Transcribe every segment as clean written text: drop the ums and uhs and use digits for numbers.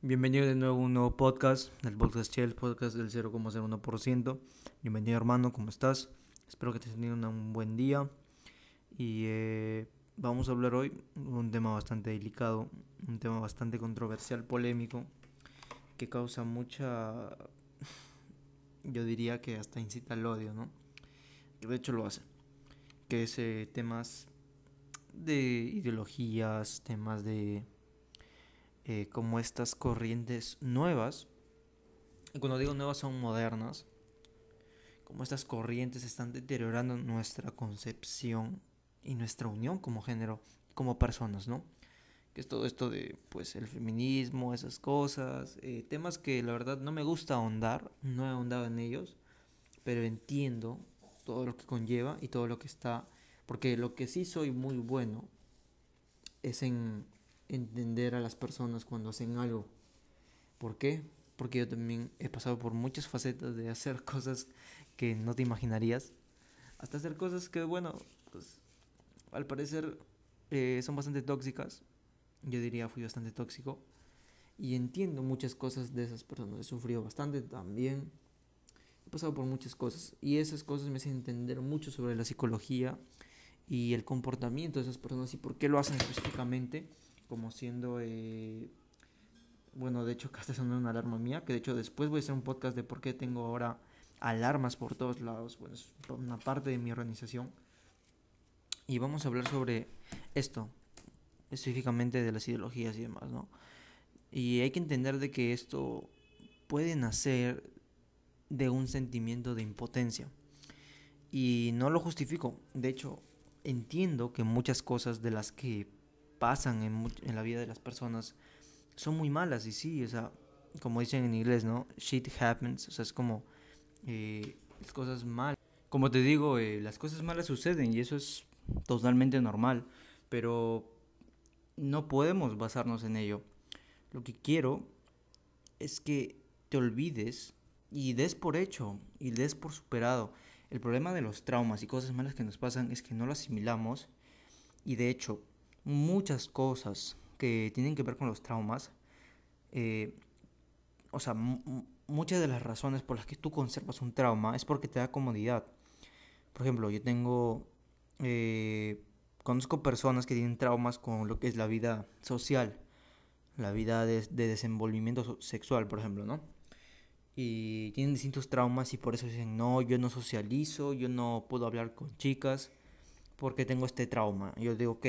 Bienvenido de nuevo a un nuevo podcast, el podcast Shell, podcast del 0,01%. Bienvenido hermano, ¿cómo estás? Espero que estés teniendo un buen día y vamos a hablar hoy de un tema bastante delicado, un tema bastante controversial, polémico, que causa mucha, yo diría que hasta incita al odio, ¿no? Que de hecho lo hace, que es temas de ideologías, temas de como estas corrientes nuevas. Y cuando digo nuevas son modernas, como estas corrientes están deteriorando nuestra concepción y nuestra unión como género, como personas, ¿no? Que es todo esto de, pues, el feminismo, esas cosas, temas que la verdad no me gusta ahondar, no he ahondado en ellos, pero entiendo todo lo que conlleva y todo lo que está, porque lo que sí soy muy bueno es en entender a las personas cuando hacen algo. ¿Por qué? Porque yo también he pasado por muchas facetas de hacer cosas que no te imaginarías, hasta hacer cosas que, bueno, pues al parecer son bastante tóxicas. Yo diría fui bastante tóxico y entiendo muchas cosas de esas personas. He sufrido bastante también. He pasado por muchas cosas y esas cosas me hacen entender mucho sobre la psicología y el comportamiento de esas personas y por qué lo hacen específicamente, como siendo bueno, de hecho, acá está sonando una alarma mía, que de hecho después voy a hacer un podcast de por qué tengo ahora alarmas por todos lados. Bueno, es una parte de mi organización. Y vamos a hablar sobre esto, específicamente de las ideologías y demás, ¿no? Y hay que entender de que esto puede nacer de un sentimiento de impotencia. Y no lo justifico. De hecho, entiendo que muchas cosas de las que pasan en la vida de las personas son muy malas. Y sí, o sea, como dicen en inglés, ¿no? Shit happens. O sea, es como las cosas malas. Como te digo, las cosas malas suceden y eso es totalmente normal. Pero no podemos basarnos en ello. Lo que quiero es que te olvides y des por hecho y des por superado. El problema de los traumas y cosas malas que nos pasan es que no lo asimilamos y de hecho muchas cosas que tienen que ver con los traumas, eh, o sea, muchas de las razones por las que tú conservas un trauma es porque te da comodidad. Por ejemplo, yo tengo, conozco personas que tienen traumas con lo que es la vida social, la vida de desenvolvimiento sexual, por ejemplo, ¿no? Y tienen distintos traumas y por eso dicen, no, yo no socializo, yo no puedo hablar con chicas porque tengo este trauma. Y yo digo, ok,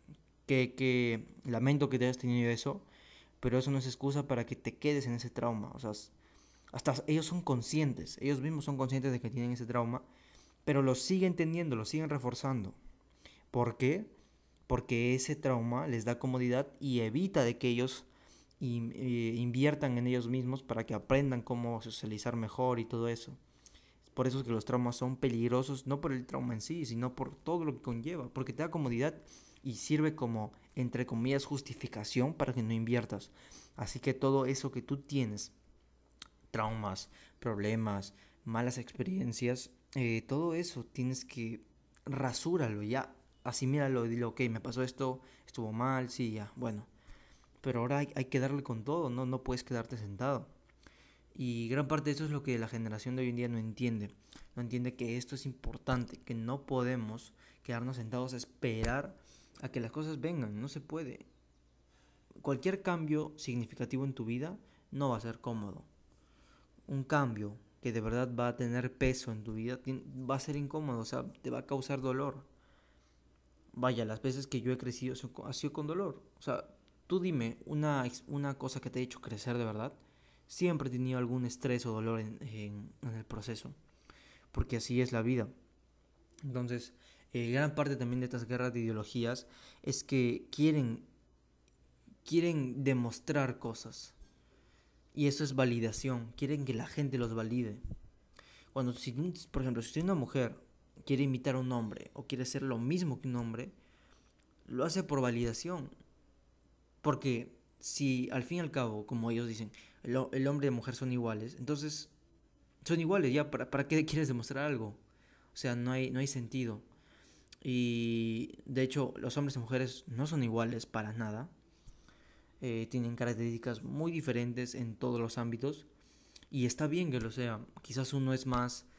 que lamento que te hayas tenido eso, pero eso no es excusa para que te quedes en ese trauma. O sea, hasta ellos son conscientes, ellos mismos son conscientes de que tienen ese trauma, pero lo siguen teniendo, lo siguen reforzando. ¿Por qué? Porque ese trauma les da comodidad y evita de que ellos inviertan en ellos mismos para que aprendan cómo socializar mejor y todo eso. Por eso es que los traumas son peligrosos, no por el trauma en sí, sino por todo lo que conlleva, porque te da comodidad y sirve como, entre comillas, justificación para que no inviertas. Así que todo eso que tú tienes, traumas, problemas, malas experiencias, todo eso tienes que rasúralo ya, asimílalo y dile, ok, me pasó esto, estuvo mal, sí, ya, bueno. Pero ahora hay que darle con todo, ¿no? No puedes quedarte sentado. Y gran parte de eso es lo que la generación de hoy en día no entiende. No entiende que esto es importante, que no podemos quedarnos sentados a esperar a que las cosas vengan. No se puede. Cualquier cambio significativo en tu vida no va a ser cómodo. Un cambio que de verdad va a tener peso en tu vida va a ser incómodo, o sea, te va a causar dolor. Vaya, las veces que yo he crecido ha sido con dolor. O sea, tú dime una cosa que te ha hecho crecer de verdad. Siempre he tenido algún estrés o dolor en el proceso, porque así es la vida. Entonces, gran parte también de estas guerras de ideologías es que quieren demostrar cosas. Y eso es validación. Quieren que la gente los valide. Cuando, si, por ejemplo, si una mujer quiere imitar a un hombre o quiere ser lo mismo que un hombre, lo hace por validación. Porque si al fin y al cabo, como ellos dicen, el hombre y la mujer son iguales, entonces son iguales, ya, ¿para qué quieres demostrar algo? O sea, no hay sentido. Y de hecho, los hombres y mujeres no son iguales para nada. tienen características muy diferentes en todos los ámbitos y está bien que lo sea. Quizás uno es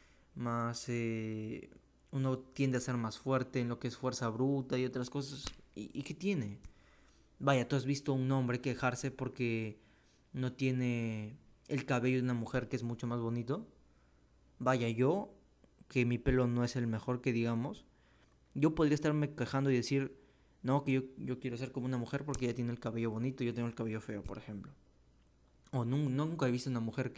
más, uno tiende a ser más fuerte en lo que es fuerza bruta y otras cosas. ¿Y qué tiene? Vaya, tú has visto a un hombre quejarse porque no tiene el cabello de una mujer que es mucho más bonito. Vaya, yo, que mi pelo no es el mejor que digamos, yo podría estarme quejando y decir, no, que yo quiero ser como una mujer porque ella tiene el cabello bonito y yo tengo el cabello feo, por ejemplo. O nunca he visto una mujer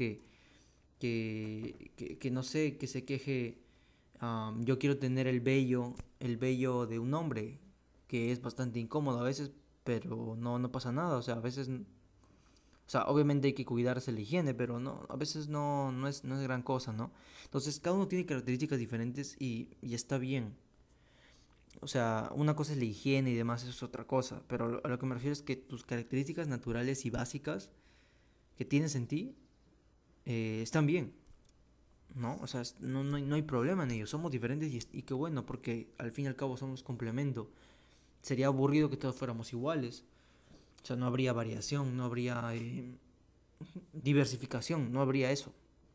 que no sé, que se queje, yo quiero tener el vello de un hombre, que es bastante incómodo a veces, pero no pasa nada, o sea, a veces, o sea, obviamente hay que cuidarse la higiene, pero no, a veces no es gran cosa, ¿no? Entonces, cada uno tiene características diferentes y está bien. O sea, una cosa es la higiene y demás, eso es otra cosa, pero a lo que me refiero es que tus características naturales y básicas que tienes en ti están bien, ¿no? O sea, no hay problema en ello, somos diferentes y qué bueno, porque al fin y al cabo somos complemento. Sería aburrido que todos fuéramos iguales, o sea, no habría variación, no habría diversificación, no habría eso.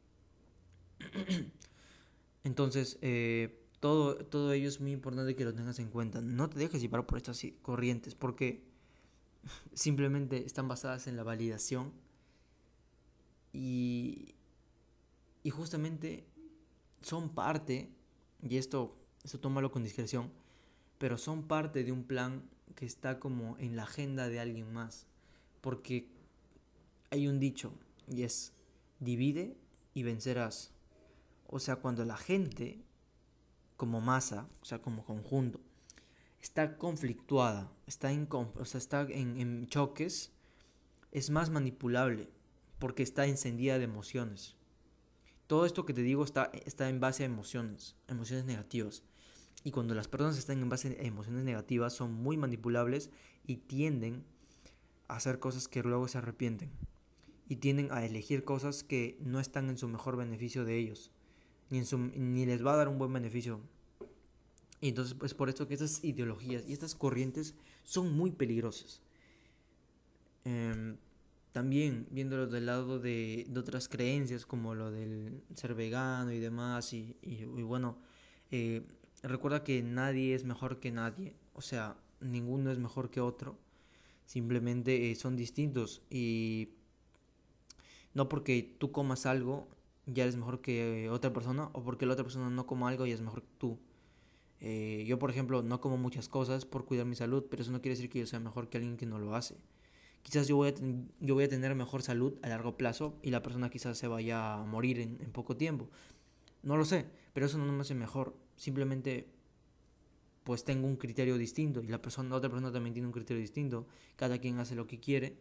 Entonces, todo ello es muy importante que lo tengas en cuenta. No te dejes llevar por estas corrientes, porque simplemente están basadas en la validación y, y justamente son parte, y esto tómalo con discreción, pero son parte de un plan que está como en la agenda de alguien más. Porque hay un dicho y es divide y vencerás. O sea, cuando la gente como masa, o sea, como conjunto, está conflictuada, o sea, está en choques, es más manipulable porque está encendida de emociones. Todo esto que te digo está en base a emociones negativas. Y cuando las personas están en base a emociones negativas son muy manipulables y tienden a hacer cosas que luego se arrepienten. Y tienden a elegir cosas que no están en su mejor beneficio de ellos. Ni les va a dar un buen beneficio. Y entonces es por esto que estas ideologías y estas corrientes son muy peligrosas. Em, También viéndolo del lado de otras creencias como lo del ser vegano y demás y bueno, eh, recuerda que nadie es mejor que nadie, o sea, ninguno es mejor que otro, simplemente son distintos y no porque tú comas algo ya eres mejor que otra persona o porque la otra persona no coma algo ya es mejor que tú. Yo, por ejemplo, no como muchas cosas por cuidar mi salud, pero eso no quiere decir que yo sea mejor que alguien que no lo hace. Quizás yo voy a tener mejor salud a largo plazo y la persona quizás se vaya a morir en poco tiempo. No lo sé, pero eso no me hace mejor. Simplemente pues tengo un criterio distinto y la otra persona también tiene un criterio distinto. Cada quien hace lo que quiere,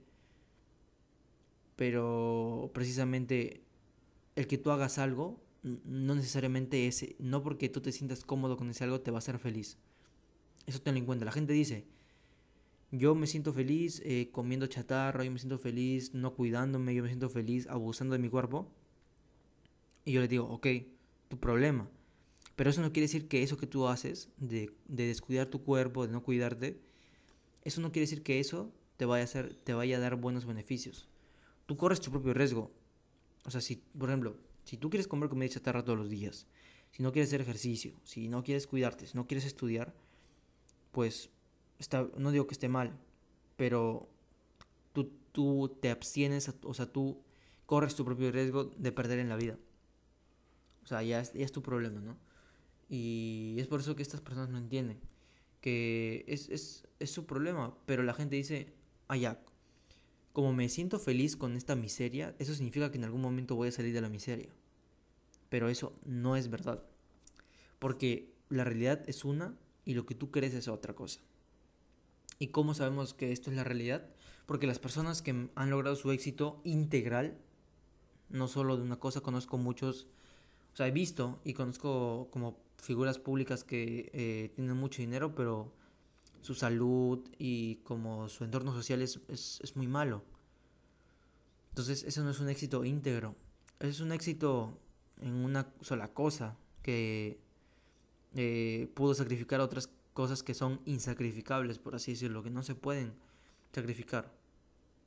pero precisamente el que tú hagas algo no necesariamente no porque tú te sientas cómodo con ese algo te va a hacer feliz. Eso tenlo en cuenta. La gente dice, yo me siento feliz comiendo chatarra, yo me siento feliz no cuidándome, yo me siento feliz abusando de mi cuerpo. Y yo le digo, ok, tu problema. Pero eso no quiere decir que eso que tú haces, de descuidar tu cuerpo, de no cuidarte, eso no quiere decir que eso te vaya a dar buenos beneficios. Tú corres tu propio riesgo. O sea, si, por ejemplo, si tú quieres comer comida chatarra todos los días, si no quieres hacer ejercicio, si no quieres cuidarte, si no quieres estudiar, pues no digo que esté mal, pero tú te abstienes, o sea, tú corres tu propio riesgo de perder en la vida. O sea, ya es tu problema, ¿no? Y es por eso que estas personas no entienden que es su problema, pero la gente dice, ah, ya, como me siento feliz con esta miseria, eso significa que en algún momento voy a salir de la miseria. Pero eso no es verdad, porque la realidad es una y lo que tú crees es otra cosa. ¿Y cómo sabemos que esto es la realidad? Porque las personas que han logrado su éxito integral, no solo de una cosa, conozco muchos, o sea, he visto y conozco como figuras públicas que tienen mucho dinero, pero su salud y como su entorno social es muy malo. Entonces, eso no es un éxito íntegro. Eso es un éxito en una sola cosa que pudo sacrificar otras cosas que son insacrificables, por así decirlo, que no se pueden sacrificar.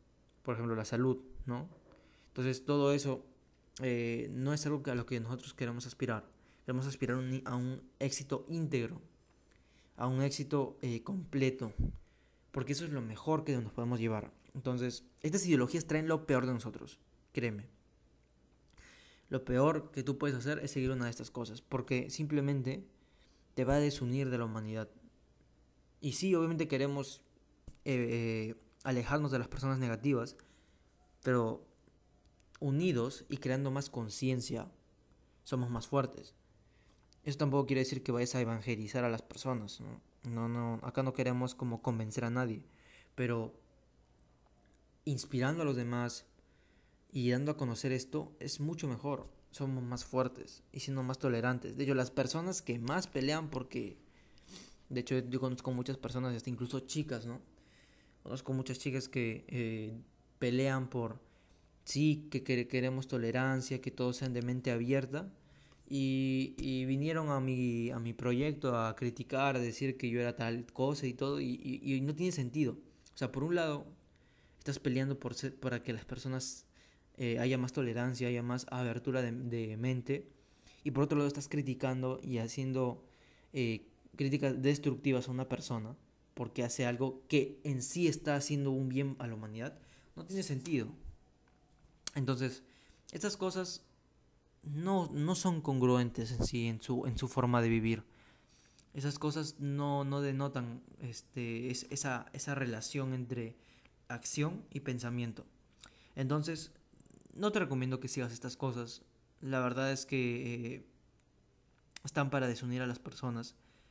por ejemplo, la salud, ¿no? Entonces, todo eso no es algo a lo que nosotros queremos aspirar. Queremos aspirar a un éxito íntegro, a un éxito completo, porque eso es lo mejor que nos podemos llevar. Entonces, estas ideologías traen lo peor de nosotros, créeme. Lo peor que tú puedes hacer es seguir una de estas cosas, porque simplemente te va a desunir de la humanidad. Y sí, obviamente queremos alejarnos de las personas negativas, pero unidos y creando más conciencia, somos más fuertes. Eso tampoco quiere decir que vayas a evangelizar a las personas, ¿no? No, acá no queremos como convencer a nadie, pero inspirando a los demás y dando a conocer esto es mucho mejor. Somos más fuertes y siendo más tolerantes. De hecho, las personas que más pelean porque... De hecho, yo conozco muchas personas, hasta incluso chicas, ¿no? Conozco muchas chicas que pelean por... Sí, que queremos tolerancia, que todos sean de mente abierta. Y vinieron a mi proyecto a criticar, a decir que yo era tal cosa y todo. Y no tiene sentido. O sea, por un lado, estás peleando para que las personas haya más tolerancia, haya más abertura de mente. Y por otro lado, estás criticando y haciendo críticas destructivas a una persona porque hace algo que en sí está haciendo un bien a la humanidad. No tiene sentido. Entonces, estas cosas no son congruentes en sí, en su forma de vivir. Esas cosas no denotan esa relación entre acción y pensamiento. Entonces, no te recomiendo que sigas estas cosas. La verdad es que están para desunir a las personas.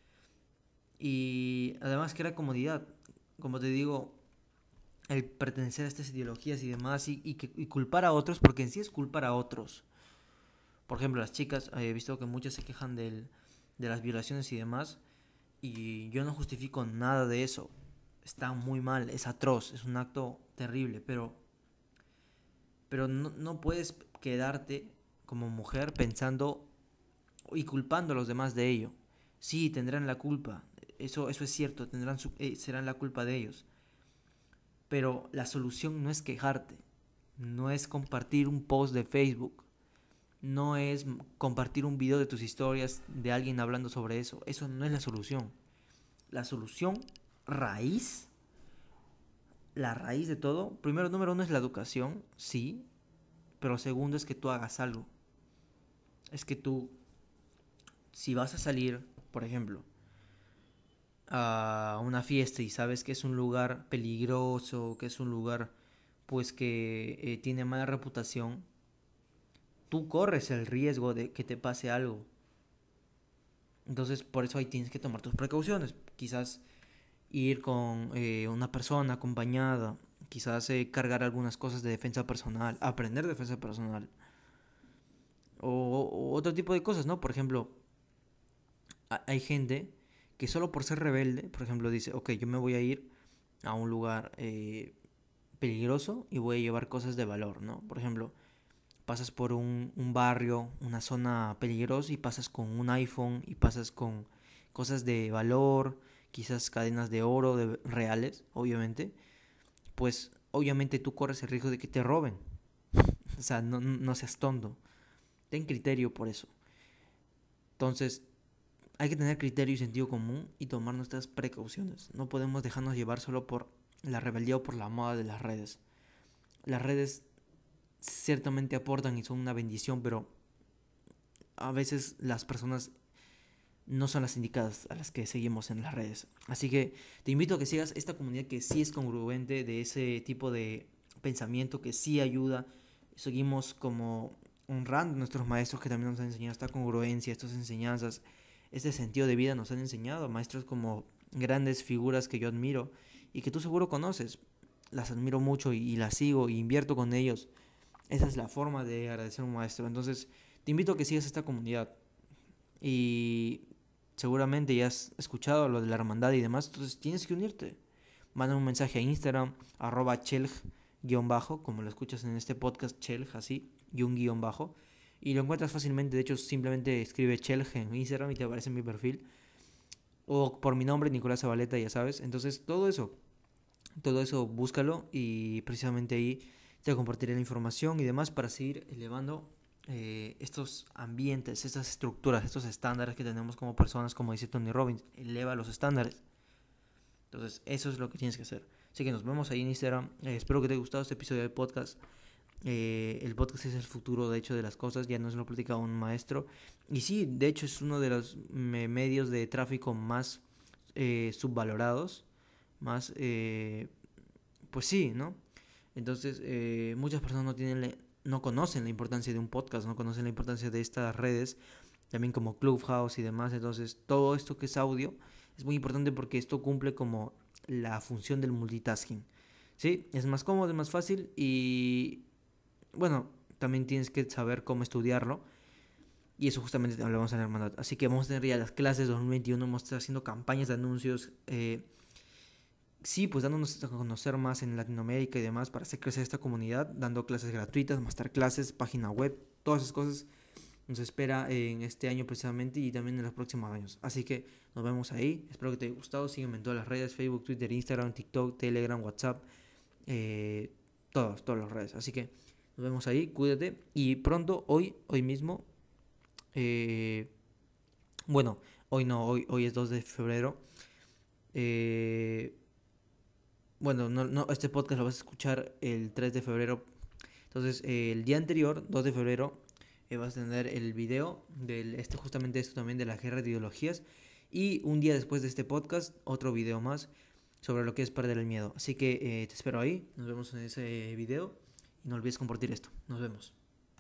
Y además crea comodidad. Como te digo, el pertenecer a estas ideologías y demás y culpar a otros, porque en sí es culpar a otros. Por ejemplo, las chicas, he visto que muchas se quejan de las violaciones y demás, y yo no justifico nada de eso. Está muy mal, es atroz, es un acto terrible, pero no puedes quedarte como mujer pensando y culpando a los demás de ello. Sí, tendrán la culpa, eso es cierto, serán la culpa de ellos. Pero la solución no es quejarte, no es compartir un post de Facebook, no es compartir un video de tus historias de alguien hablando sobre eso. Eso no es la solución. La solución raíz, la raíz de todo, primero, número uno es la educación, sí, pero segundo es que tú hagas algo. Es que tú, si vas a salir, por ejemplo, a una fiesta y sabes que es un lugar peligroso, que es un lugar pues que tiene mala reputación, tú corres el riesgo de que te pase algo. Entonces, por eso ahí tienes que tomar tus precauciones. Quizás ir con una persona acompañada, quizás cargar algunas cosas de defensa personal, aprender defensa personal, o otro tipo de cosas, ¿no? Por ejemplo, hay gente que solo por ser rebelde, por ejemplo, dice, ok, yo me voy a ir a un lugar peligroso y voy a llevar cosas de valor, ¿no? Por ejemplo, pasas por un barrio, una zona peligrosa y pasas con un iPhone y pasas con cosas de valor, quizás cadenas de oro reales, obviamente, pues obviamente tú corres el riesgo de que te roben. O sea, no seas tonto. Ten criterio por eso. Entonces, hay que tener criterio y sentido común y tomar nuestras precauciones. No podemos dejarnos llevar solo por la rebeldía o por la moda de las redes. Las redes ciertamente aportan y son una bendición, pero a veces las personas no son las indicadas a las que seguimos en las redes. Así que te invito a que sigas esta comunidad que sí es congruente de ese tipo de pensamiento, que sí ayuda. Seguimos como honrando a nuestros maestros que también nos han enseñado esta congruencia, estas enseñanzas, este sentido de vida nos han enseñado. Maestros como grandes figuras que yo admiro y que tú seguro conoces. Las admiro mucho y las sigo y invierto con ellos. Esa es la forma de agradecer a un maestro. Entonces, te invito a que sigas esta comunidad. Y seguramente ya has escuchado lo de la hermandad y demás. Entonces, tienes que unirte. Manda un mensaje a Instagram, @chelg_, como lo escuchas en este podcast, Chelg, así, y un guión bajo. Y lo encuentras fácilmente. De hecho, simplemente escribe Chelg en Instagram y te aparece en mi perfil. O por mi nombre, Nicolás Zabaleta, ya sabes. Entonces, todo eso. Todo eso búscalo y precisamente ahí te compartiré la información y demás para seguir elevando estos ambientes, estas estructuras, estos estándares que tenemos como personas, como dice Tony Robbins, eleva los estándares. Entonces, eso es lo que tienes que hacer. Así que nos vemos ahí en Instagram. Espero que te haya gustado este episodio del podcast. El podcast es el futuro, de hecho, de las cosas. Ya nos lo platicaba un maestro. Y sí, de hecho, es uno de los medios de tráfico más subvalorados. Más, pues sí, ¿no? Entonces, muchas personas no conocen la importancia de un podcast, no conocen la importancia de estas redes, también como Clubhouse y demás. Entonces, todo esto que es audio es muy importante porque esto cumple como la función del multitasking. ¿Sí? Es más cómodo, es más fácil y, bueno, también tienes que saber cómo estudiarlo. Y eso justamente lo vamos a tener mandato. Así que vamos a tener ya las clases 2021, vamos a estar haciendo campañas de anuncios. Sí, pues dándonos a conocer más en Latinoamérica y demás para hacer crecer esta comunidad, dando clases gratuitas, masterclasses, página web, todas esas cosas nos espera en este año precisamente y también en los próximos años. Así que nos vemos ahí, espero que te haya gustado, sígueme en todas las redes, Facebook, Twitter, Instagram, TikTok, Telegram, WhatsApp, eh, todas las redes. Así que nos vemos ahí, cuídate y pronto, hoy mismo, eh, bueno, hoy no, hoy es 2 de febrero. Eh, bueno, no, este podcast lo vas a escuchar el 3 de febrero. Entonces, el día anterior, 2 de febrero, vas a tener el video del justamente esto también de la guerra de ideologías. Y un día después de este podcast, otro video más sobre lo que es perder el miedo. Así que te espero ahí. Nos vemos en ese video. Y no olvides compartir esto. Nos vemos.